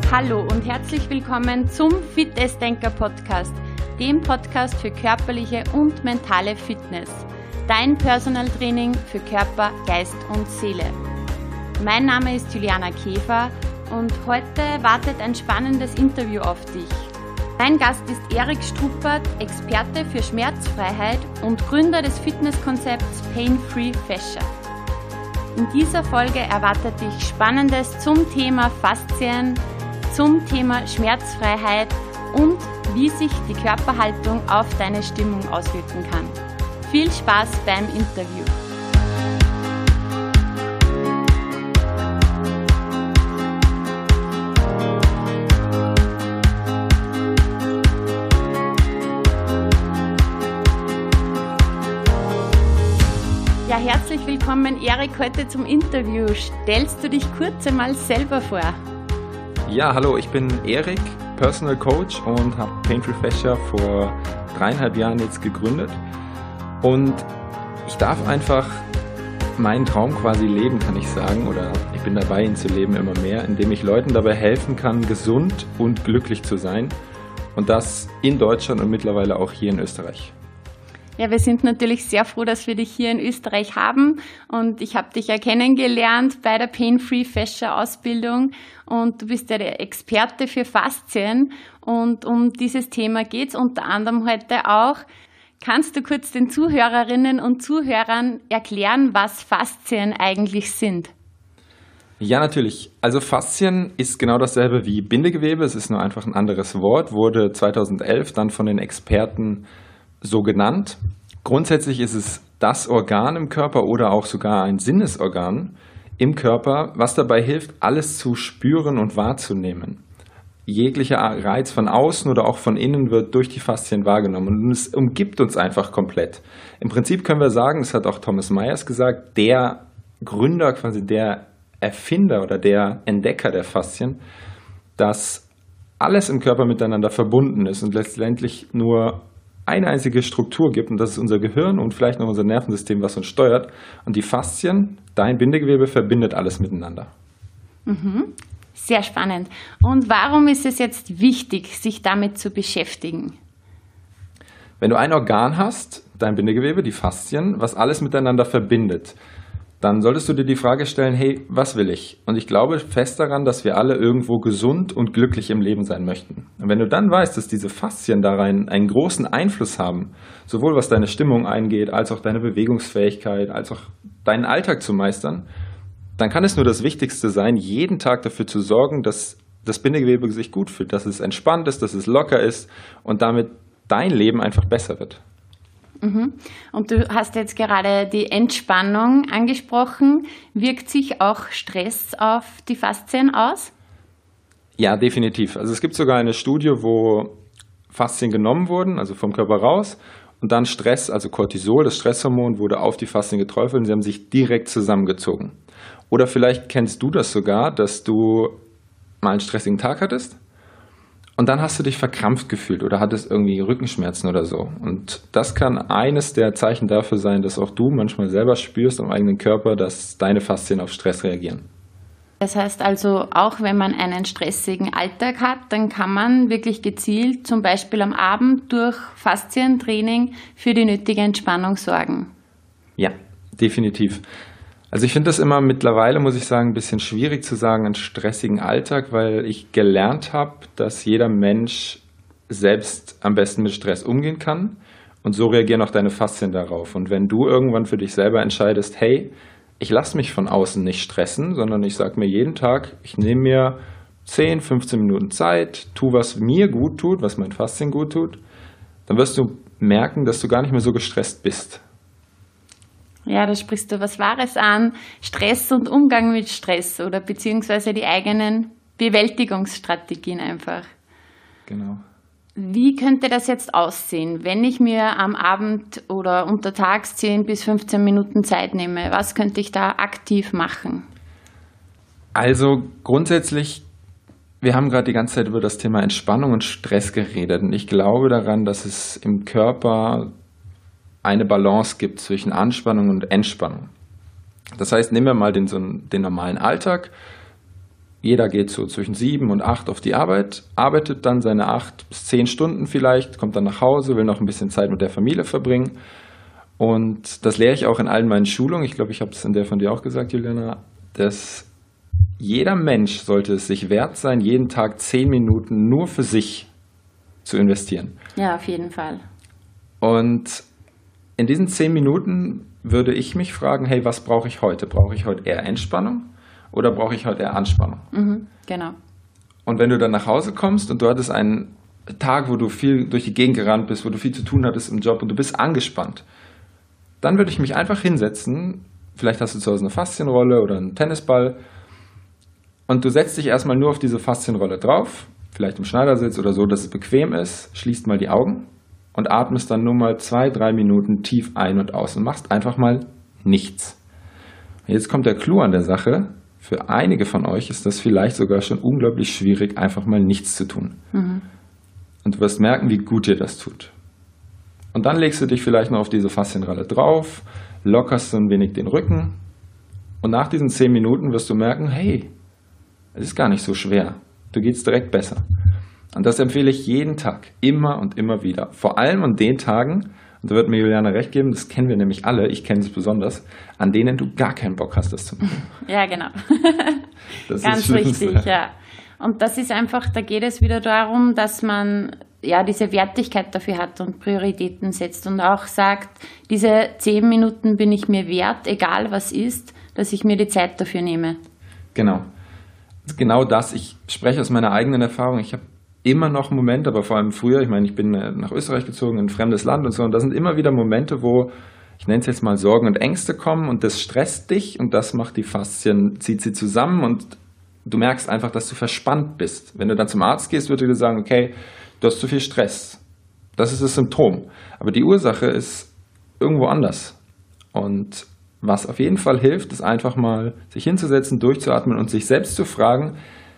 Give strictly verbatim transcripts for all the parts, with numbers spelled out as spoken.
Hallo und herzlich willkommen zum Fitnessdenker Podcast, dem Podcast für körperliche und mentale Fitness. Dein Personal Training für Körper, Geist und Seele. Mein Name ist Juliana Käfer und heute wartet ein spannendes Interview auf dich. Mein Gast ist Erik Struppert, Experte für Schmerzfreiheit und Gründer des Fitnesskonzepts Pain-Free Fascia. In dieser Folge erwartet dich Spannendes zum Thema Faszien, zum Thema Schmerzfreiheit und wie sich die Körperhaltung auf deine Stimmung auswirken kann. Viel Spaß beim Interview! Ja, herzlich willkommen, Erik, heute zum Interview. Stellst du dich kurz einmal selber vor? Ja, hallo, ich bin Erik, Personal Coach und habe Pain-Free Fascia vor dreieinhalb Jahren jetzt gegründet. Und ich darf einfach meinen Traum quasi leben, kann ich sagen, oder ich bin dabei, ihn zu leben immer mehr, indem ich Leuten dabei helfen kann, gesund und glücklich zu sein. Und das in Deutschland und mittlerweile auch hier in Österreich. Ja, wir sind natürlich sehr froh, dass wir dich hier in Österreich haben und ich habe dich ja kennengelernt bei der Pain-Free Fascia Ausbildung und du bist ja der Experte für Faszien und um dieses Thema geht es unter anderem heute auch. Kannst du kurz den Zuhörerinnen und Zuhörern erklären, was Faszien eigentlich sind? Ja, natürlich. Also Faszien ist genau dasselbe wie Bindegewebe, es ist nur einfach ein anderes Wort, wurde zweitausendelf dann von den Experten so genannt. Grundsätzlich ist es das Organ im Körper oder auch sogar ein Sinnesorgan im Körper, was dabei hilft, alles zu spüren und wahrzunehmen. Jeglicher Reiz von außen oder auch von innen wird durch die Faszien wahrgenommen und es umgibt uns einfach komplett. Im Prinzip können wir sagen, das hat auch Thomas Myers gesagt, der Gründer, quasi der Erfinder oder der Entdecker der Faszien, dass alles im Körper miteinander verbunden ist und letztendlich nur eine einzige Struktur gibt und das ist unser Gehirn und vielleicht noch unser Nervensystem, was uns steuert. Und die Faszien, dein Bindegewebe, verbindet alles miteinander. Mhm. Sehr spannend. Und warum ist es jetzt wichtig, sich damit zu beschäftigen? Wenn du ein Organ hast, dein Bindegewebe, die Faszien, was alles miteinander verbindet, dann solltest du dir die Frage stellen, hey, was will ich? Und ich glaube fest daran, dass wir alle irgendwo gesund und glücklich im Leben sein möchten. Und wenn du dann weißt, dass diese Faszien darin einen großen Einfluss haben, sowohl was deine Stimmung angeht, als auch deine Bewegungsfähigkeit, als auch deinen Alltag zu meistern, dann kann es nur das Wichtigste sein, jeden Tag dafür zu sorgen, dass das Bindegewebe sich gut fühlt, dass es entspannt ist, dass es locker ist und damit dein Leben einfach besser wird. Und du hast jetzt gerade die Entspannung angesprochen. Wirkt sich auch Stress auf die Faszien aus? Ja, definitiv. Also es gibt sogar eine Studie, wo Faszien genommen wurden, also vom Körper raus, und dann Stress, also Cortisol, das Stresshormon, wurde auf die Faszien geträufelt und sie haben sich direkt zusammengezogen. Oder vielleicht kennst du das sogar, dass du mal einen stressigen Tag hattest und dann hast du dich verkrampft gefühlt oder hattest irgendwie Rückenschmerzen oder so. Und das kann eines der Zeichen dafür sein, dass auch du manchmal selber spürst am eigenen Körper, dass deine Faszien auf Stress reagieren. Das heißt also, auch wenn man einen stressigen Alltag hat, dann kann man wirklich gezielt, zum Beispiel am Abend durch Faszientraining, für die nötige Entspannung sorgen. Ja, definitiv. Also ich finde das immer mittlerweile, muss ich sagen, ein bisschen schwierig zu sagen, einen stressigen Alltag, weil ich gelernt habe, dass jeder Mensch selbst am besten mit Stress umgehen kann und so reagieren auch deine Faszien darauf. Und wenn du irgendwann für dich selber entscheidest, hey, ich lasse mich von außen nicht stressen, sondern ich sage mir jeden Tag, ich nehme mir zehn, fünfzehn Minuten Zeit, tu, was mir gut tut, was mein Faszien gut tut, dann wirst du merken, dass du gar nicht mehr so gestresst bist. Ja, da sprichst du was Wahres an. Stress und Umgang mit Stress oder beziehungsweise die eigenen Bewältigungsstrategien einfach. Genau. Wie könnte das jetzt aussehen, wenn ich mir am Abend oder untertags zehn bis fünfzehn Minuten Zeit nehme? Was könnte ich da aktiv machen? Also grundsätzlich, wir haben gerade die ganze Zeit über das Thema Entspannung und Stress geredet und ich glaube daran, dass es im Körper eine Balance gibt zwischen Anspannung und Entspannung. Das heißt, nehmen wir mal den, so den normalen Alltag. jeder geht so zwischen sieben und acht auf die Arbeit, arbeitet dann seine acht bis zehn Stunden vielleicht, kommt dann nach Hause, will noch ein bisschen Zeit mit der Familie verbringen. Und das lehre ich auch in allen meinen Schulungen. Ich glaube, ich habe es in der von dir auch gesagt, Juliana, dass jeder Mensch sollte es sich wert sein, jeden Tag zehn Minuten nur für sich zu investieren. Ja, auf jeden Fall. Und in diesen zehn Minuten würde ich mich fragen, hey, was brauche ich heute? Brauche ich heute eher Entspannung oder brauche ich heute eher Anspannung? Mhm, genau. Und wenn du dann nach Hause kommst und du hattest einen Tag, wo du viel durch die Gegend gerannt bist, wo du viel zu tun hattest im Job und du bist angespannt, dann würde ich mich einfach hinsetzen, vielleicht hast du zu Hause eine Faszienrolle oder einen Tennisball und du setzt dich erstmal nur auf diese Faszienrolle drauf, vielleicht im Schneidersitz oder so, dass es bequem ist, schließt mal die Augen und atmest dann nur mal zwei, drei Minuten tief ein und aus und machst einfach mal nichts. Jetzt kommt der Clou an der Sache. Für einige von euch ist das vielleicht sogar schon unglaublich schwierig, einfach mal nichts zu tun. Mhm. Und du wirst merken, wie gut dir das tut. Und dann legst du dich vielleicht noch auf diese Faszienrolle drauf, lockerst so ein wenig den Rücken und nach diesen zehn Minuten wirst du merken, hey, es ist gar nicht so schwer. Du geht's direkt besser. Und das empfehle ich jeden Tag, immer und immer wieder. Vor allem an den Tagen, und da wird mir Juliana recht geben, das kennen wir nämlich alle, ich kenne es besonders, an denen du gar keinen Bock hast, das zu machen. Ja, genau. Das Ganz ist richtig, ja. Und das ist einfach, da geht es wieder darum, dass man ja diese Wertigkeit dafür hat und Prioritäten setzt und auch sagt, diese zehn Minuten bin ich mir wert, egal was ist, dass ich mir die Zeit dafür nehme. Genau. Genau das. Ich spreche aus meiner eigenen Erfahrung. Ich habe immer noch Momente, aber vor allem früher, ich meine, ich bin nach Österreich gezogen, in ein fremdes Land und so, und da sind immer wieder Momente, wo, ich nenne es jetzt mal Sorgen und Ängste kommen und das stresst dich und das macht die Faszien, zieht sie zusammen und du merkst einfach, dass du verspannt bist. Wenn du dann zum Arzt gehst, würde er dir sagen, okay, du hast zu viel Stress. Das ist das Symptom. Aber die Ursache ist irgendwo anders. Und was auf jeden Fall hilft, ist einfach mal sich hinzusetzen, durchzuatmen und sich selbst zu fragen,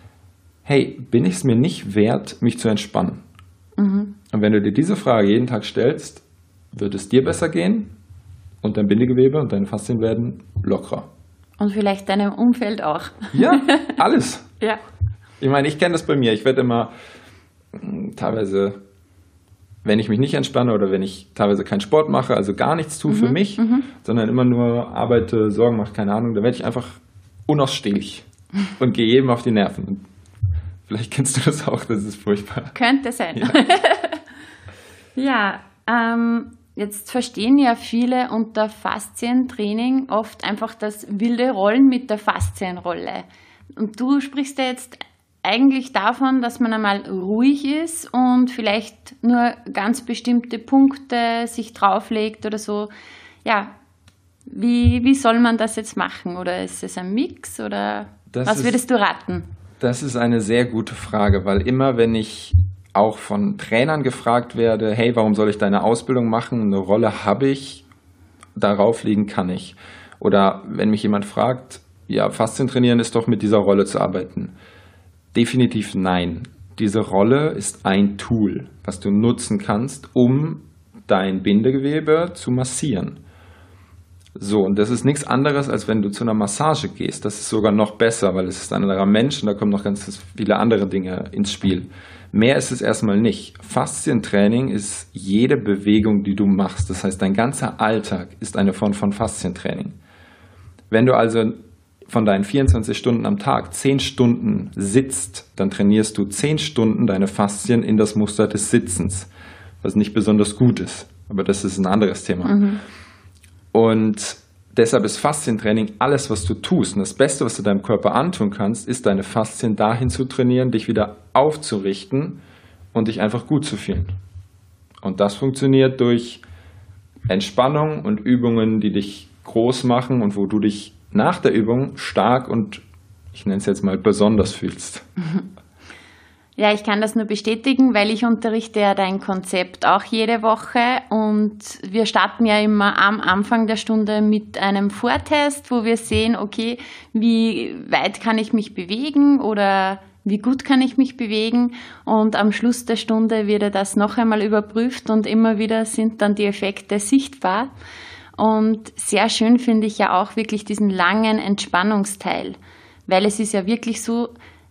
hey, bin ich es mir nicht wert, mich zu entspannen? Mhm. Und wenn du dir diese Frage jeden Tag stellst, wird es dir besser gehen und dein Bindegewebe und deine Faszien werden lockerer. Und vielleicht deinem Umfeld auch. Ja, alles. Ja. Ich meine, ich kenne das bei mir. Ich werde immer teilweise, wenn ich mich nicht entspanne oder wenn ich teilweise keinen Sport mache, also gar nichts tue mhm, für mich, mhm. sondern immer nur arbeite, Sorgen mache, keine Ahnung, dann werde ich einfach unausstehlich und gehe jedem auf die Nerven. Und vielleicht kennst du das auch, das ist furchtbar. Könnte sein. Ja, ja ähm, jetzt verstehen ja viele unter Faszientraining oft einfach das wilde Rollen mit der Faszienrolle. Und du sprichst ja jetzt eigentlich davon, dass man einmal ruhig ist und vielleicht nur ganz bestimmte Punkte sich drauflegt oder so. Ja, wie, wie soll man das jetzt machen? Oder ist es ein Mix oder das was ist, würdest du raten? Das ist eine sehr gute Frage, weil immer, wenn ich auch von Trainern gefragt werde, hey, warum soll ich deine Ausbildung machen? Eine Rolle habe ich, darauf liegen kann ich. Oder wenn mich jemand fragt, ja, Faszien trainieren ist doch mit dieser Rolle zu arbeiten. Definitiv nein. Diese Rolle ist ein Tool, was du nutzen kannst, um dein Bindegewebe zu massieren. So, und das ist nichts anderes, als wenn du zu einer Massage gehst. Das ist sogar noch besser, weil es ist ein anderer Mensch und da kommen noch ganz viele andere Dinge ins Spiel. Mehr ist es erstmal nicht. Faszientraining ist jede Bewegung, die du machst. Das heißt, dein ganzer Alltag ist eine Form von Faszientraining. Wenn du also von deinen vierundzwanzig Stunden am Tag zehn Stunden sitzt, dann trainierst du zehn Stunden deine Faszien in das Muster des Sitzens, was nicht besonders gut ist. Aber das ist ein anderes Thema. Mhm. Und deshalb ist Faszientraining alles, was du tust. Und das Beste, was du deinem Körper antun kannst, ist, deine Faszien dahin zu trainieren, dich wieder aufzurichten und dich einfach gut zu fühlen. Und das funktioniert durch Entspannung und Übungen, die dich groß machen und wo du dich nach der Übung stark und, ich nenne es jetzt mal, besonders fühlst. Ja, ich kann das nur bestätigen, weil ich unterrichte ja dein Konzept auch jede Woche und wir starten ja immer am Anfang der Stunde mit einem Vortest, wo wir sehen, okay, wie weit kann ich mich bewegen oder wie gut kann ich mich bewegen und am Schluss der Stunde wird das noch einmal überprüft und immer wieder sind dann die Effekte sichtbar. Und sehr schön finde ich ja auch wirklich diesen langen Entspannungsteil, weil es ist ja wirklich so,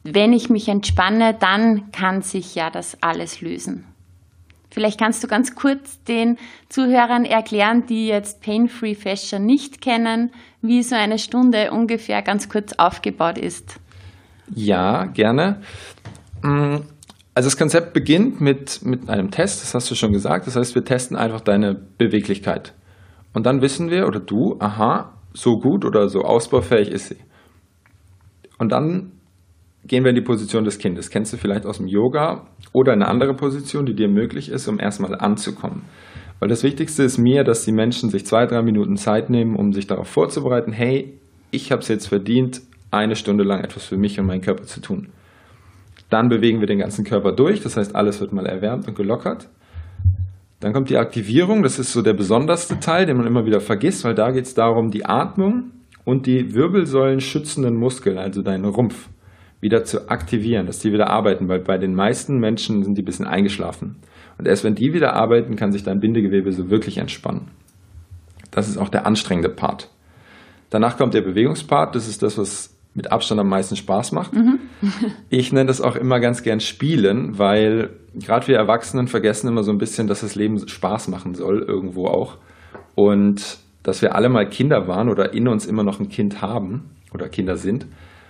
wenn ich mich entspanne, dann kann sich ja das alles lösen. Vielleicht kannst du ganz kurz den Zuhörern erklären, die jetzt Pain-Free Fascia nicht kennen, wie so eine Stunde ungefähr ganz kurz aufgebaut ist. Ja, gerne. Also das Konzept beginnt mit, mit einem Test, das hast du schon gesagt. Das heißt, wir testen einfach deine Beweglichkeit. Und dann wissen wir, oder du, aha, so gut oder so ausbaufähig ist sie. Und dann gehen wir in die Position des Kindes. Kennst du vielleicht aus dem Yoga oder eine andere Position, die dir möglich ist, um erstmal anzukommen. Weil das Wichtigste ist mir, dass die Menschen sich zwei, drei Minuten Zeit nehmen, um sich darauf vorzubereiten, hey, ich habe es jetzt verdient, eine Stunde lang etwas für mich und meinen Körper zu tun. Dann bewegen wir den ganzen Körper durch, das heißt, alles wird mal erwärmt und gelockert. Dann kommt die Aktivierung, das ist so der besonderste Teil, den man immer wieder vergisst, weil da geht es darum, die Atmung und die Wirbelsäulen schützenden Muskeln, also deinen Rumpf, wieder zu aktivieren, dass die wieder arbeiten, weil bei den meisten Menschen sind die ein bisschen eingeschlafen. Und erst wenn die wieder arbeiten, kann sich dein Bindegewebe so wirklich entspannen. Das ist auch der anstrengende Part. Danach kommt der Bewegungspart, das ist das, was mit Abstand am meisten Spaß macht. Mhm. Ich nenne das auch immer ganz gern Spielen, weil gerade wir Erwachsenen vergessen immer so ein bisschen, dass das Leben Spaß machen soll, irgendwo auch. Und dass wir alle mal Kinder waren oder in uns immer noch ein Kind haben oder Kinder sind.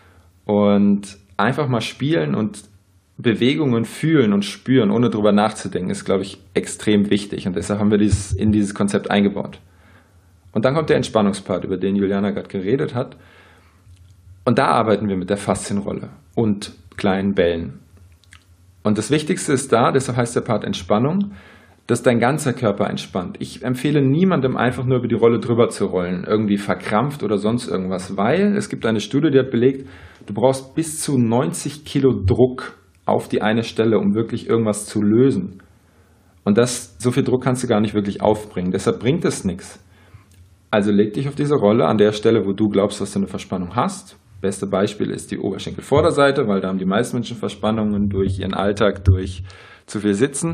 Und einfach mal spielen und Bewegungen fühlen und spüren, ohne drüber nachzudenken, ist, glaube ich, extrem wichtig. Und deshalb haben wir dieses in dieses Konzept eingebaut. Und dann kommt der Entspannungspart, über den Juliana gerade geredet hat. Und da arbeiten wir mit der Faszienrolle und kleinen Bällen. Und das Wichtigste ist da, deshalb heißt der Part Entspannung, dass dein ganzer Körper entspannt. Ich empfehle niemandem einfach nur über die Rolle drüber zu rollen, irgendwie verkrampft oder sonst irgendwas, weil es gibt eine Studie, die hat belegt, du brauchst bis zu neunzig Kilo Druck auf die eine Stelle, um wirklich irgendwas zu lösen. Und das, so viel Druck kannst du gar nicht wirklich aufbringen. Deshalb bringt es nichts. Also leg dich auf diese Rolle an der Stelle, wo du glaubst, dass du eine Verspannung hast. Beste Beispiel ist die Oberschenkelvorderseite, weil da haben die meisten Menschen Verspannungen durch ihren Alltag, durch zu viel Sitzen.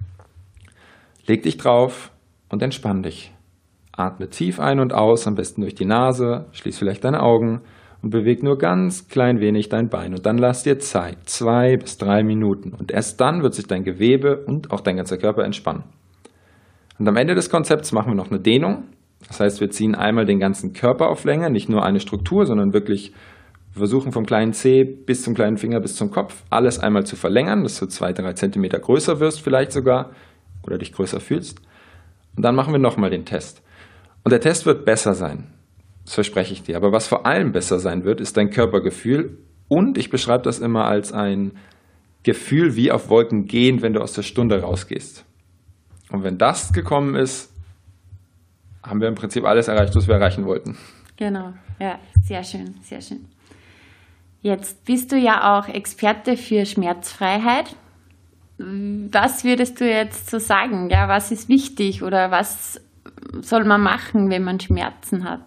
Leg dich drauf und entspann dich. Atme tief ein und aus, am besten durch die Nase, schließ vielleicht deine Augen und beweg nur ganz klein wenig dein Bein. Und dann lass dir Zeit, zwei bis drei Minuten. Und erst dann wird sich dein Gewebe und auch dein ganzer Körper entspannen. Und am Ende des Konzepts machen wir noch eine Dehnung. Das heißt, wir ziehen einmal den ganzen Körper auf Länge, nicht nur eine Struktur, sondern wirklich versuchen vom kleinen Zeh bis zum kleinen Finger bis zum Kopf alles einmal zu verlängern, dass du zwei, drei Zentimeter größer wirst vielleicht sogar oder dich größer fühlst. Und dann machen wir nochmal den Test. Und der Test wird besser sein, das verspreche ich dir. Aber was vor allem besser sein wird, ist dein Körpergefühl. Und ich beschreibe das immer als ein Gefühl wie auf Wolken gehen, wenn du aus der Stunde rausgehst. Und wenn das gekommen ist, haben wir im Prinzip alles erreicht, was wir erreichen wollten. Genau, ja, sehr schön, sehr schön. Jetzt bist du ja auch Experte für Schmerzfreiheit. Was würdest du jetzt so sagen? Ja, was ist wichtig oder was soll man machen, wenn man Schmerzen hat?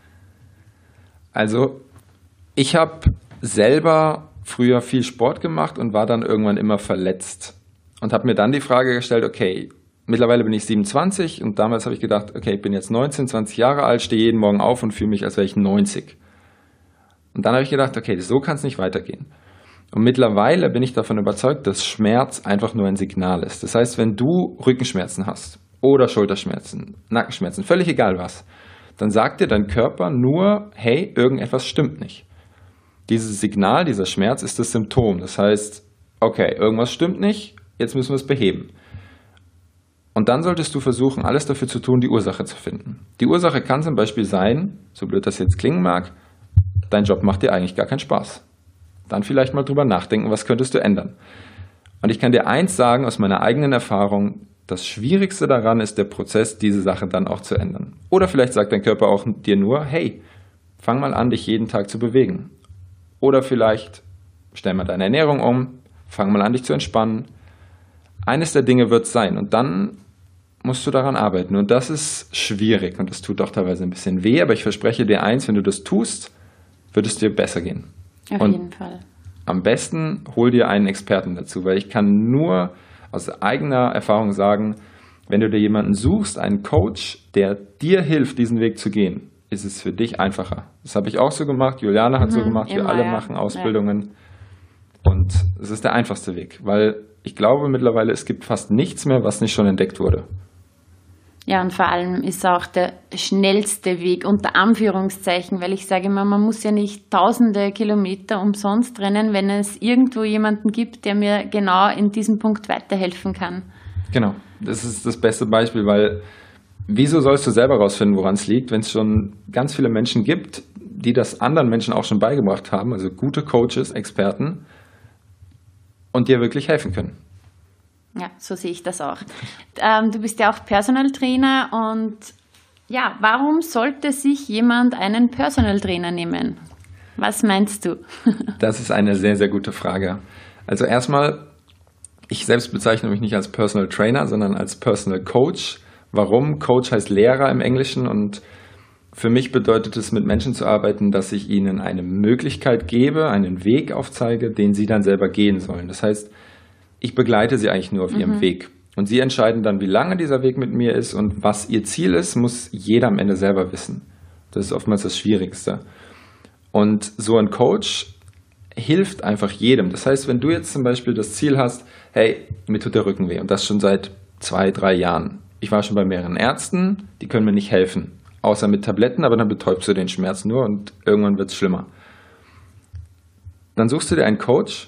Also, ich habe selber früher viel Sport gemacht und war dann irgendwann immer verletzt und habe mir dann die Frage gestellt, okay, mittlerweile bin ich siebenundzwanzig und damals habe ich gedacht, okay, ich bin jetzt neunzehn, zwanzig Jahre alt, stehe jeden Morgen auf und fühle mich, als wäre ich neunzig. Und dann habe ich gedacht, okay, so kann es nicht weitergehen. Und mittlerweile bin ich davon überzeugt, dass Schmerz einfach nur ein Signal ist. Das heißt, wenn du Rückenschmerzen hast oder Schulterschmerzen, Nackenschmerzen, völlig egal was, dann sagt dir dein Körper nur, hey, irgendetwas stimmt nicht. Dieses Signal, dieser Schmerz ist das Symptom. Das heißt, okay, irgendwas stimmt nicht, jetzt müssen wir es beheben. Und dann solltest du versuchen, alles dafür zu tun, die Ursache zu finden. Die Ursache kann zum Beispiel sein, so blöd das jetzt klingen mag, dein Job macht dir eigentlich gar keinen Spaß. Dann vielleicht mal drüber nachdenken, was könntest du ändern. Und ich kann dir eins sagen aus meiner eigenen Erfahrung, das Schwierigste daran ist der Prozess, diese Sache dann auch zu ändern. Oder vielleicht sagt dein Körper auch dir nur, hey, fang mal an, dich jeden Tag zu bewegen. Oder vielleicht stell mal deine Ernährung um, fang mal an, dich zu entspannen. Eines der Dinge wird es sein und dann musst du daran arbeiten. Und das ist schwierig und das tut auch teilweise ein bisschen weh, aber ich verspreche dir eins, wenn du das tust, wird es dir besser gehen. Auf und jeden Fall. Am besten hol dir einen Experten dazu, weil ich kann nur aus eigener Erfahrung sagen, wenn du dir jemanden suchst, einen Coach, der dir hilft, diesen Weg zu gehen, ist es für dich einfacher. Das habe ich auch so gemacht, Juliana hat mhm, so gemacht, wir alle ja. machen Ausbildungen. Ja. Und es ist der einfachste Weg, weil ich glaube mittlerweile, es gibt fast nichts mehr, was nicht schon entdeckt wurde. Ja, und vor allem ist auch der schnellste Weg unter Anführungszeichen, weil ich sage immer, man muss ja nicht tausende Kilometer umsonst rennen, wenn es irgendwo jemanden gibt, der mir genau in diesem Punkt weiterhelfen kann. Genau, das ist das beste Beispiel, weil wieso sollst du selber rausfinden, woran es liegt, wenn es schon ganz viele Menschen gibt, die das anderen Menschen auch schon beigebracht haben, also gute Coaches, Experten, und dir wirklich helfen können. Ja, so sehe ich das auch. Ähm, du bist ja auch Personal Trainer und ja, warum sollte sich jemand einen Personal Trainer nehmen? Was meinst du? Das ist eine sehr, sehr gute Frage. Also erstmal, ich selbst bezeichne mich nicht als Personal Trainer, sondern als Personal Coach. Warum? Coach heißt Lehrer im Englischen und für mich bedeutet es, mit Menschen zu arbeiten, dass ich ihnen eine Möglichkeit gebe, einen Weg aufzeige, den sie dann selber gehen sollen. Das heißt, ich begleite sie eigentlich nur auf ihrem mhm. Weg. Und sie entscheiden dann, wie lange dieser Weg mit mir ist und was ihr Ziel ist, muss jeder am Ende selber wissen. Das ist oftmals das Schwierigste. Und so ein Coach hilft einfach jedem. Das heißt, wenn du jetzt zum Beispiel das Ziel hast, hey, mir tut der Rücken weh und das schon seit zwei, drei Jahren. Ich war schon bei mehreren Ärzten, die können mir nicht helfen. Außer mit Tabletten, aber dann betäubst du den Schmerz nur und irgendwann wird es schlimmer. Dann suchst du dir einen Coach,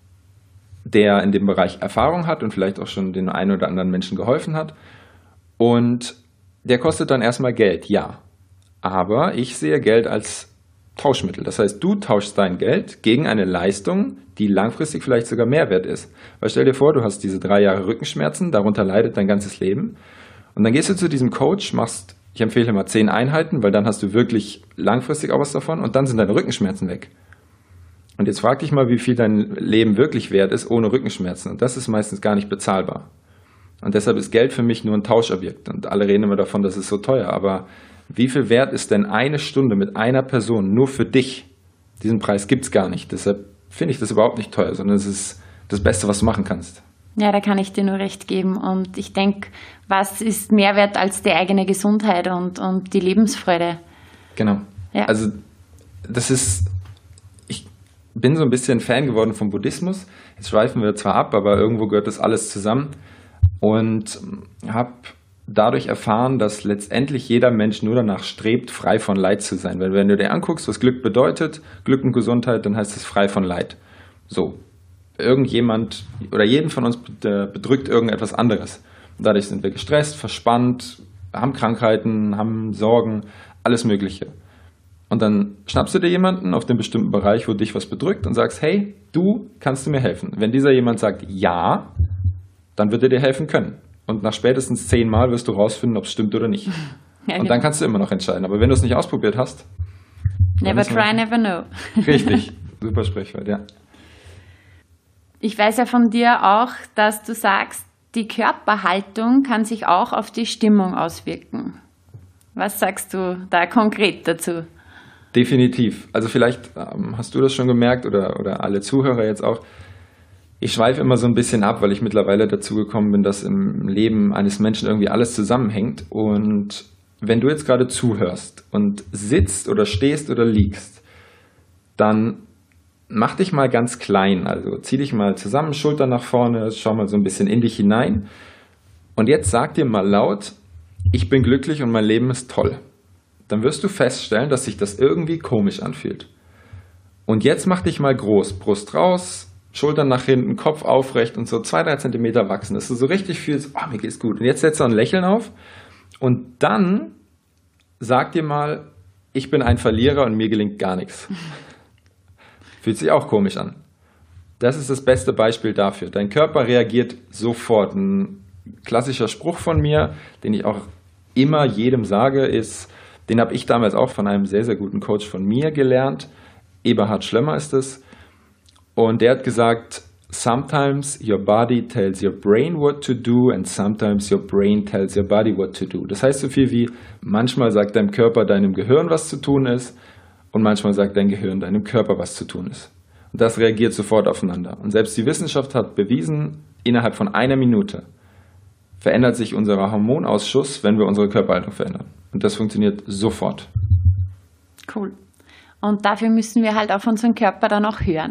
der in dem Bereich Erfahrung hat und vielleicht auch schon den einen oder anderen Menschen geholfen hat. Und der kostet dann erstmal Geld, ja. Aber ich sehe Geld als Tauschmittel. Das heißt, du tauschst dein Geld gegen eine Leistung, die langfristig vielleicht sogar Mehrwert ist. Weil stell dir vor, du hast diese drei Jahre Rückenschmerzen, darunter leidet dein ganzes Leben. Und dann gehst du zu diesem Coach, machst, ich empfehle immer zehn Einheiten, weil dann hast du wirklich langfristig auch was davon und dann sind deine Rückenschmerzen weg. Und jetzt frag dich mal, wie viel dein Leben wirklich wert ist ohne Rückenschmerzen. Und das ist meistens gar nicht bezahlbar. Und deshalb ist Geld für mich nur ein Tauschobjekt. Und alle reden immer davon, das ist so teuer. Aber wie viel wert ist denn eine Stunde mit einer Person nur für dich? Diesen Preis gibt es gar nicht. Deshalb finde ich das überhaupt nicht teuer, sondern es ist das Beste, was du machen kannst. Ja, da kann ich dir nur recht geben. Und ich denke, was ist mehr wert als die eigene Gesundheit und, und die Lebensfreude? Genau. Ja. Also das ist, ich bin so ein bisschen Fan geworden vom Buddhismus. Jetzt schweifen wir zwar ab, aber irgendwo gehört das alles zusammen. Und habe dadurch erfahren, dass letztendlich jeder Mensch nur danach strebt, frei von Leid zu sein. Weil wenn du dir anguckst, was Glück bedeutet, Glück und Gesundheit, dann heißt es frei von Leid. So. Irgendjemand oder jeden von uns bedrückt irgendetwas anderes. Dadurch sind wir gestresst, verspannt, haben Krankheiten, haben Sorgen, alles Mögliche. Und dann schnappst du dir jemanden auf dem bestimmten Bereich, wo dich was bedrückt und sagst, hey, du kannst du mir helfen. Wenn dieser jemand sagt, ja, dann wird er dir helfen können. Und nach spätestens zehn Mal wirst du rausfinden, ob es stimmt oder nicht. Ja, und dann kannst du immer noch entscheiden. Aber wenn du es nicht ausprobiert hast... Never try, never know. Richtig, super Sprichwort, ja. Ich weiß ja von dir auch, dass du sagst, die Körperhaltung kann sich auch auf die Stimmung auswirken. Was sagst du da konkret dazu? Definitiv. Also vielleicht ähm, hast du das schon gemerkt oder, oder alle Zuhörer jetzt auch. Ich schweife immer so ein bisschen ab, weil ich mittlerweile dazu gekommen bin, dass im Leben eines Menschen irgendwie alles zusammenhängt. Und wenn du jetzt gerade zuhörst und sitzt oder stehst oder liegst, dann mach dich mal ganz klein. Also zieh dich mal zusammen, Schultern nach vorne, schau mal so ein bisschen in dich hinein. Und jetzt sag dir mal laut, ich bin glücklich und mein Leben ist toll. Dann wirst du feststellen, dass sich das irgendwie komisch anfühlt. Und jetzt mach dich mal groß, Brust raus, Schultern nach hinten, Kopf aufrecht und so zwei, drei Zentimeter wachsen, dass du so richtig fühlst, oh, mir geht's gut. Und jetzt setzt du ein Lächeln auf und dann sag dir mal, ich bin ein Verlierer und mir gelingt gar nichts. Fühlt sich auch komisch an. Das ist das beste Beispiel dafür. Dein Körper reagiert sofort. Ein klassischer Spruch von mir, den ich auch immer jedem sage, ist, den habe ich damals auch von einem sehr, sehr guten Coach von mir gelernt. Eberhard Schlömmer ist es. Und der hat gesagt, sometimes your body tells your brain what to do and sometimes your brain tells your body what to do. Das heißt so viel wie, manchmal sagt deinem Körper deinem Gehirn, was zu tun ist und manchmal sagt dein Gehirn deinem Körper, was zu tun ist. Und das reagiert sofort aufeinander. Und selbst die Wissenschaft hat bewiesen, innerhalb von einer Minute verändert sich unser Hormonausschuss, wenn wir unsere Körperhaltung verändern. Und das funktioniert sofort. Cool. Und dafür müssen wir halt auf unseren Körper dann auch hören.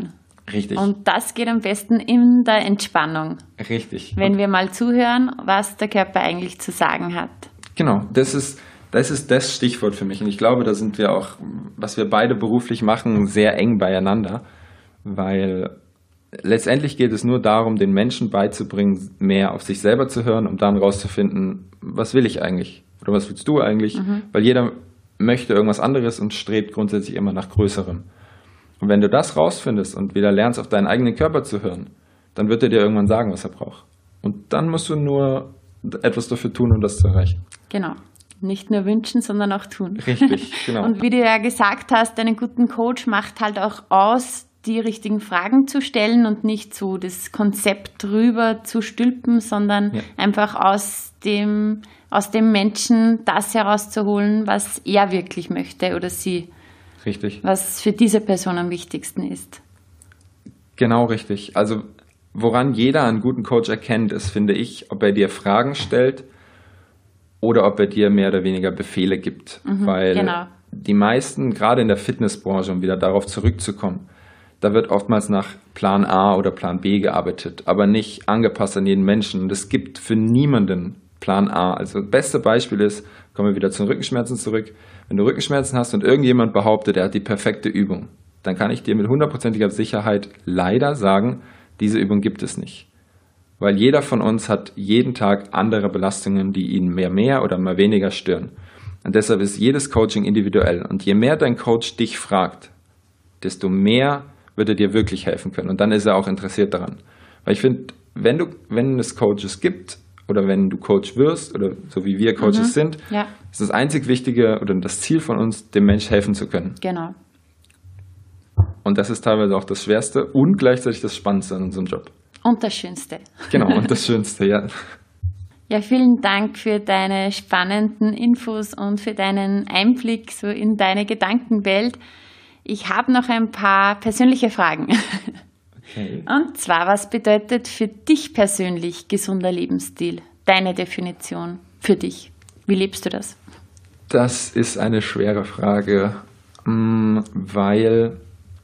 Richtig. Und das geht am besten in der Entspannung. Richtig. Wenn und wir mal zuhören, was der Körper eigentlich zu sagen hat. Genau, das ist, das ist das Stichwort für mich. Und ich glaube, da sind wir auch, was wir beide beruflich machen, sehr eng beieinander. Weil letztendlich geht es nur darum, den Menschen beizubringen, mehr auf sich selber zu hören, um dann rauszufinden, was will ich eigentlich? Oder was willst du eigentlich? Mhm. Weil jeder möchte irgendwas anderes und strebt grundsätzlich immer nach Größerem. Und wenn du das rausfindest und wieder lernst, auf deinen eigenen Körper zu hören, dann wird er dir irgendwann sagen, was er braucht. Und dann musst du nur etwas dafür tun, um das zu erreichen. Genau. Nicht nur wünschen, sondern auch tun. Richtig, genau. Und wie du ja gesagt hast, einen guten Coach macht halt auch aus, die richtigen Fragen zu stellen und nicht so das Konzept drüber zu stülpen, sondern ja. einfach aus dem, aus dem Menschen das herauszuholen, was er wirklich möchte oder sie. Richtig. Was für diese Person am wichtigsten ist. Genau richtig. Also woran jeder einen guten Coach erkennt, ist, finde ich, ob er dir Fragen stellt oder ob er dir mehr oder weniger Befehle gibt. Mhm, Weil genau. die meisten, gerade in der Fitnessbranche, um wieder darauf zurückzukommen, da wird oftmals nach Plan A oder Plan B gearbeitet, aber nicht angepasst an jeden Menschen. Und es gibt für niemanden Plan A. Also das beste Beispiel ist, kommen wir wieder zu den Rückenschmerzen zurück. Wenn du Rückenschmerzen hast und irgendjemand behauptet, er hat die perfekte Übung, dann kann ich dir mit hundertprozentiger Sicherheit leider sagen, diese Übung gibt es nicht. Weil jeder von uns hat jeden Tag andere Belastungen, die ihn mehr mehr oder mehr weniger stören. Und deshalb ist jedes Coaching individuell. Und je mehr dein Coach dich fragt, desto mehr wird er dir wirklich helfen können. Und dann ist er auch interessiert daran. Weil ich finde, wenn du, wenn es Coaches gibt oder wenn du Coach wirst oder so wie wir Coaches mhm. sind, ja. ist das einzig Wichtige oder das Ziel von uns, dem Mensch helfen zu können. Genau. Und das ist teilweise auch das Schwerste und gleichzeitig das Spannendste an unserem Job. Und das Schönste. Genau, und das Schönste, ja. Ja, vielen Dank für deine spannenden Infos und für deinen Einblick so in deine Gedankenwelt. Ich habe noch ein paar persönliche Fragen. Okay. Und zwar, was bedeutet für dich persönlich gesunder Lebensstil? Deine Definition für dich. Wie lebst du das? Das ist eine schwere Frage, weil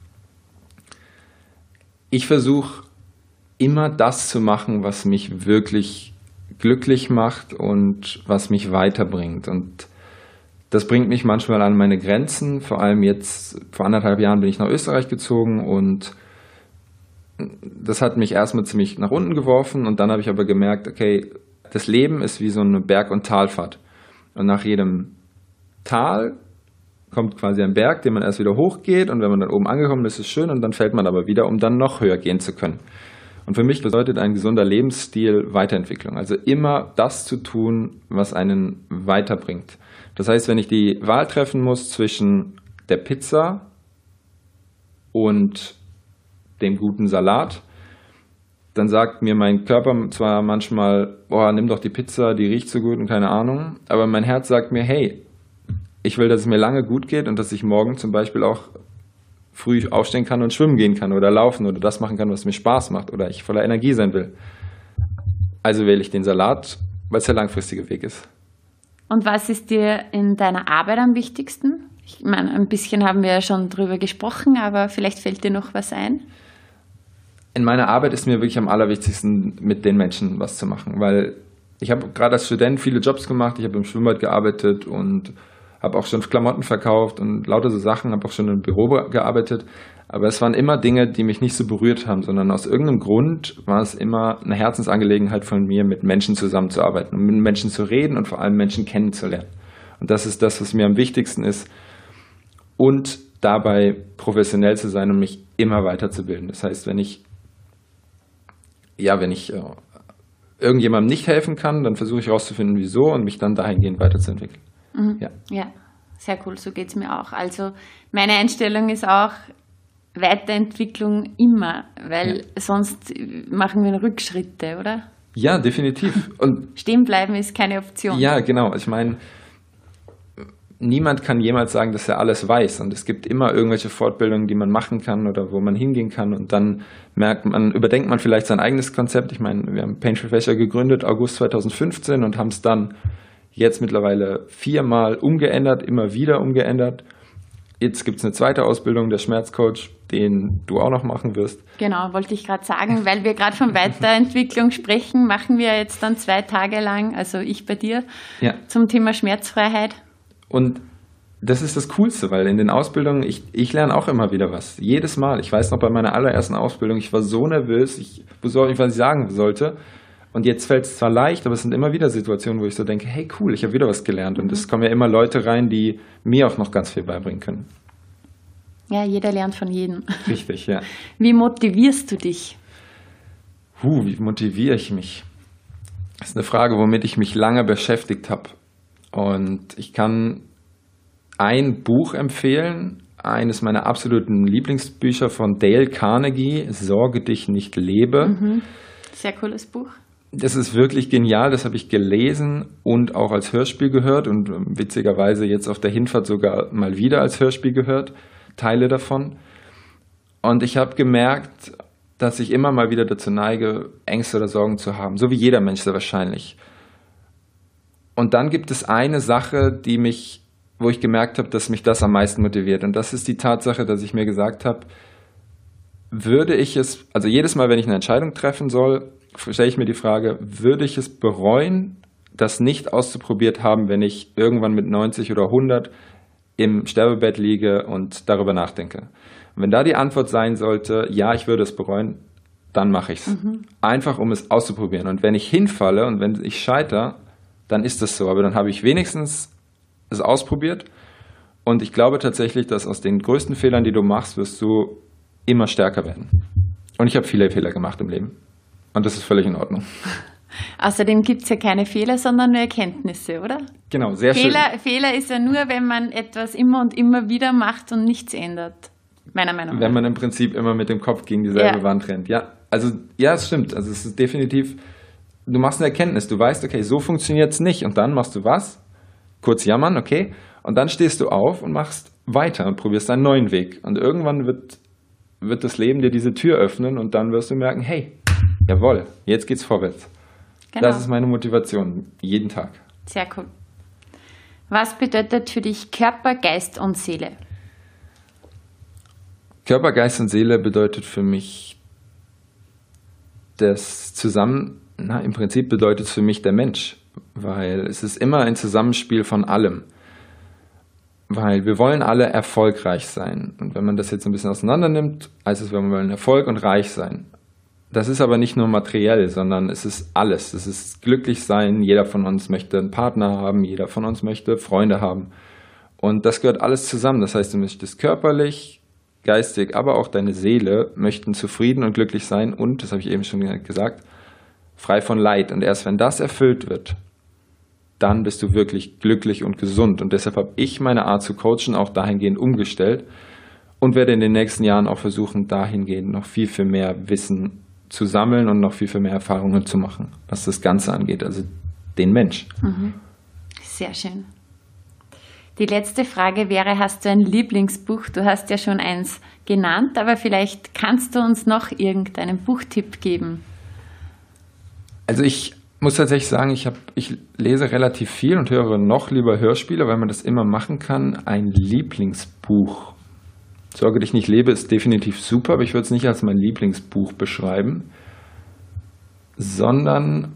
ich versuche immer das zu machen, was mich wirklich glücklich macht und was mich weiterbringt. Und das bringt mich manchmal an meine Grenzen. Vor allem jetzt, vor anderthalb Jahren bin ich nach Österreich gezogen und das hat mich erstmal ziemlich nach unten geworfen und dann habe ich aber gemerkt, okay, das Leben ist wie so eine Berg- und Talfahrt. Und nach jedem Tal kommt quasi ein Berg, den man erst wieder hochgeht und wenn man dann oben angekommen ist, ist es schön und dann fällt man aber wieder, um dann noch höher gehen zu können. Und für mich bedeutet ein gesunder Lebensstil Weiterentwicklung. Also immer das zu tun, was einen weiterbringt. Das heißt, wenn ich die Wahl treffen muss zwischen der Pizza und dem guten Salat, dann sagt mir mein Körper zwar manchmal, boah, nimm doch die Pizza, die riecht so gut und keine Ahnung, aber mein Herz sagt mir, hey, ich will, dass es mir lange gut geht und dass ich morgen zum Beispiel auch früh aufstehen kann und schwimmen gehen kann oder laufen oder das machen kann, was mir Spaß macht oder ich voller Energie sein will. Also wähle ich den Salat, weil es der langfristige Weg ist. Und was ist dir in deiner Arbeit am wichtigsten? Ich meine, ein bisschen haben wir ja schon drüber gesprochen, aber vielleicht fällt dir noch was ein? In meiner Arbeit ist mir wirklich am allerwichtigsten, mit den Menschen was zu machen, weil ich habe gerade als Student viele Jobs gemacht, ich habe im Schwimmbad gearbeitet und habe auch schon Klamotten verkauft und lauter so Sachen, habe auch schon im Büro gearbeitet, aber es waren immer Dinge, die mich nicht so berührt haben, sondern aus irgendeinem Grund war es immer eine Herzensangelegenheit von mir, mit Menschen zusammenzuarbeiten und mit Menschen zu reden und vor allem Menschen kennenzulernen. Und das ist das, was mir am wichtigsten ist und dabei professionell zu sein und mich immer weiterzubilden. Das heißt, wenn ich ja, wenn ich äh, irgendjemandem nicht helfen kann, dann versuche ich herauszufinden, wieso und mich dann dahingehend weiterzuentwickeln. Mhm. Ja. ja, sehr cool, so geht es mir auch. Also meine Einstellung ist auch Weiterentwicklung immer, weil ja. sonst machen wir Rückschritte, oder? Ja, definitiv. Und stehen bleiben ist keine Option. Ja, genau. Ich meine, niemand kann jemals sagen, dass er alles weiß. Und es gibt immer irgendwelche Fortbildungen, die man machen kann oder wo man hingehen kann. Und dann merkt man, überdenkt man vielleicht sein eigenes Konzept. Ich meine, wir haben Painful Fascia gegründet, August zweitausendfünfzehn, und haben es dann jetzt mittlerweile viermal umgeändert, immer wieder umgeändert. Jetzt gibt es eine zweite Ausbildung, der Schmerzcoach, den du auch noch machen wirst. Genau, wollte ich gerade sagen, weil wir gerade von Weiterentwicklung sprechen, machen wir jetzt dann zwei Tage lang, also ich bei dir, ja. zum Thema Schmerzfreiheit. Und das ist das Coolste, weil in den Ausbildungen, ich, ich lerne auch immer wieder was. Jedes Mal. Ich weiß noch, bei meiner allerersten Ausbildung, ich war so nervös, ich wusste auch nicht, was ich sagen sollte. Und jetzt fällt es zwar leicht, aber es sind immer wieder Situationen, wo ich so denke, hey cool, ich habe wieder was gelernt. Und es kommen ja immer Leute rein, die mir auch noch ganz viel beibringen können. Ja, jeder lernt von jedem. Richtig, ja. Wie motivierst du dich? Huh, wie motiviere ich mich? Das ist eine Frage, womit ich mich lange beschäftigt habe. Und ich kann ein Buch empfehlen, eines meiner absoluten Lieblingsbücher von Dale Carnegie, Sorge dich nicht lebe. Mhm. Sehr cooles Buch. Das ist wirklich genial, das habe ich gelesen und auch als Hörspiel gehört und witzigerweise jetzt auf der Hinfahrt sogar mal wieder als Hörspiel gehört, Teile davon. Und ich habe gemerkt, dass ich immer mal wieder dazu neige, Ängste oder Sorgen zu haben, so wie jeder Mensch sehr wahrscheinlich. Und dann gibt es eine Sache, die mich, wo ich gemerkt habe, dass mich das am meisten motiviert. Und das ist die Tatsache, dass ich mir gesagt habe, würde ich es, also jedes Mal, wenn ich eine Entscheidung treffen soll, stelle ich mir die Frage, würde ich es bereuen, das nicht auszuprobiert haben, wenn ich irgendwann mit neunzig oder hundert im Sterbebett liege und darüber nachdenke? Und wenn da die Antwort sein sollte, ja, ich würde es bereuen, dann mache ich es. Mhm. Einfach, um es auszuprobieren. Und wenn ich hinfalle und wenn ich scheitere, dann ist das so. Aber dann habe ich wenigstens es ausprobiert. Und ich glaube tatsächlich, dass aus den größten Fehlern, die du machst, wirst du immer stärker werden. Und ich habe viele Fehler gemacht im Leben. Und das ist völlig in Ordnung. Außerdem gibt es ja keine Fehler, sondern nur Erkenntnisse, oder? Genau, sehr Fehler, schön. Fehler ist ja nur, wenn man etwas immer und immer wieder macht und nichts ändert. Meiner Meinung nach. Wenn man im Prinzip immer mit dem Kopf gegen dieselbe ja. Wand rennt. Ja, also ja, es stimmt. Also es ist definitiv, du machst eine Erkenntnis. Du weißt, okay, so funktioniert es nicht. Und dann machst du was? Kurz jammern, okay. Und dann stehst du auf und machst weiter und probierst einen neuen Weg. Und irgendwann wird, wird das Leben dir diese Tür öffnen und dann wirst du merken, hey, jawohl, jetzt geht's vorwärts. Genau. Das ist meine Motivation, jeden Tag. Sehr cool. Was bedeutet für dich Körper, Geist und Seele? Körper, Geist und Seele bedeutet für mich das Zusammen, na, im Prinzip bedeutet es für mich der Mensch, weil es ist immer ein Zusammenspiel von allem. Weil wir wollen alle erfolgreich sein. Und wenn man das jetzt ein bisschen auseinander nimmt, heißt es, wir wollen Erfolg und reich sein. Das ist aber nicht nur materiell, sondern es ist alles. Es ist glücklich sein. Jeder von uns möchte einen Partner haben. Jeder von uns möchte Freunde haben. Und das gehört alles zusammen. Das heißt, du möchtest körperlich, geistig, aber auch deine Seele möchten zufrieden und glücklich sein. Und, das habe ich eben schon gesagt, frei von Leid. Und erst wenn das erfüllt wird, dann bist du wirklich glücklich und gesund. Und deshalb habe ich meine Art zu coachen auch dahingehend umgestellt und werde in den nächsten Jahren auch versuchen, dahingehend noch viel, viel mehr Wissen zu sammeln und noch viel, viel mehr Erfahrungen zu machen, was das Ganze angeht, also den Mensch. Mhm. Sehr schön. Die letzte Frage wäre, hast du ein Lieblingsbuch? Du hast ja schon eins genannt, aber vielleicht kannst du uns noch irgendeinen Buchtipp geben. Also ich muss tatsächlich sagen, ich, hab, ich lese relativ viel und höre noch lieber Hörspiele, weil man das immer machen kann. Ein Lieblingsbuch. Sorge dich nicht lebe ist definitiv super, aber ich würde es nicht als mein Lieblingsbuch beschreiben, sondern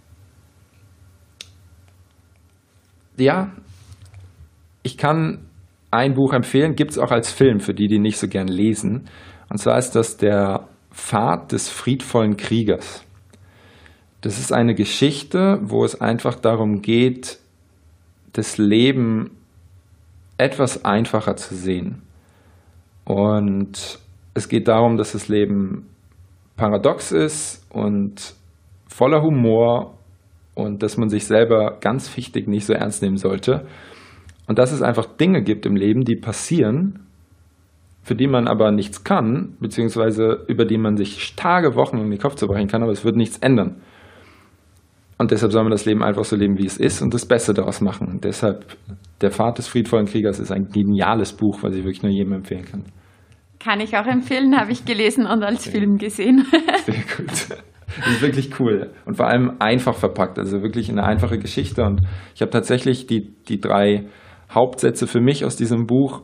ja, ich kann ein Buch empfehlen, gibt es auch als Film für die, die nicht so gern lesen. Und zwar ist das der Pfad des friedvollen Kriegers. Das ist eine Geschichte, wo es einfach darum geht, das Leben etwas einfacher zu sehen. Und es geht darum, dass das Leben paradox ist und voller Humor und dass man sich selber ganz wichtig nicht so ernst nehmen sollte. Und dass es einfach Dinge gibt im Leben, die passieren, für die man aber nichts kann, beziehungsweise über die man sich Tage, Wochen in den Kopf zerbrechen kann, aber es wird nichts ändern. Und deshalb soll man das Leben einfach so leben, wie es ist und das Beste daraus machen. Und deshalb, der Pfad des friedvollen Kriegers ist ein geniales Buch, was ich wirklich nur jedem empfehlen kann. Kann ich auch empfehlen, habe ich gelesen und als Sehr Film gesehen. Sehr gut. Das ist wirklich cool und vor allem einfach verpackt, also wirklich eine einfache Geschichte. Und ich habe tatsächlich die, die drei Hauptsätze für mich aus diesem Buch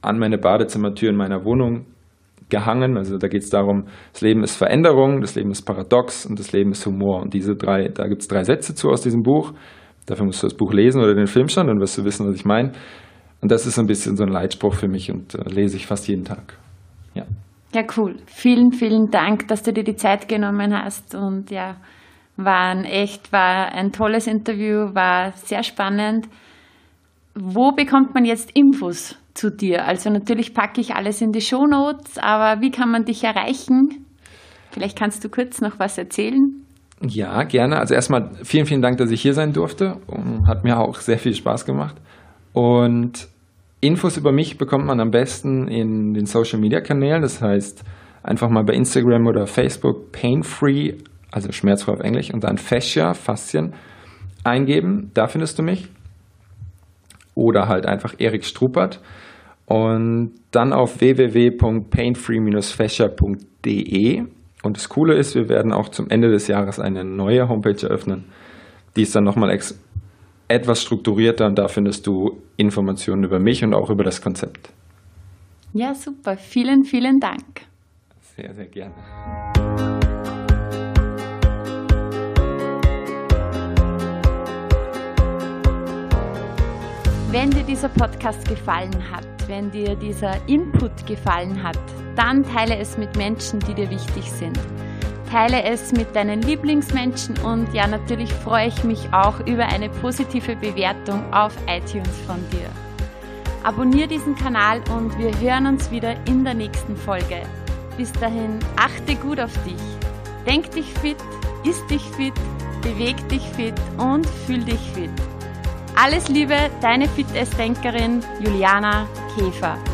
an meine Badezimmertür in meiner Wohnung gehangen. Also da geht es darum, das Leben ist Veränderung, das Leben ist Paradox und das Leben ist Humor. Und diese drei, da gibt es drei Sätze zu aus diesem Buch. Dafür musst du das Buch lesen oder den Film schon, dann wirst du wissen, was ich meine. Und das ist so ein bisschen so ein Leitspruch für mich und äh, lese ich fast jeden Tag. Ja. Ja, cool. Vielen, vielen Dank, dass du dir die Zeit genommen hast. Und ja, war ein echt, war ein tolles Interview, war sehr spannend. Wo bekommt man jetzt Infos zu dir? Also natürlich packe ich alles in die Shownotes, aber wie kann man dich erreichen? Vielleicht kannst du kurz noch was erzählen. Ja, gerne. Also erstmal vielen, vielen Dank, dass ich hier sein durfte. Hat mir auch sehr viel Spaß gemacht. Und Infos über mich bekommt man am besten in den Social-Media-Kanälen. Das heißt, einfach mal bei Instagram oder Facebook Pain-Free, also schmerzfrei auf Englisch, und dann Fascia, Faszien, eingeben. Da findest du mich. Oder halt einfach Erik Struppert. Und dann auf w w w punkt painfree dash fascia punkt d e. Und das Coole ist, wir werden auch zum Ende des Jahres eine neue Homepage eröffnen. Die ist dann nochmal ex- etwas strukturierter und da findest du Informationen über mich und auch über das Konzept. Ja, super. Vielen, vielen Dank. Sehr, sehr gerne. Wenn dir dieser Podcast gefallen hat, wenn dir dieser Input gefallen hat, dann teile es mit Menschen, die dir wichtig sind. Teile es mit deinen Lieblingsmenschen und ja, natürlich freue ich mich auch über eine positive Bewertung auf iTunes von dir. Abonniere diesen Kanal und wir hören uns wieder in der nächsten Folge. Bis dahin, achte gut auf dich. Denk dich fit, iss dich fit, beweg dich fit und fühl dich fit. Alles Liebe, deine Fitnessdenkerin Juliana Käfer.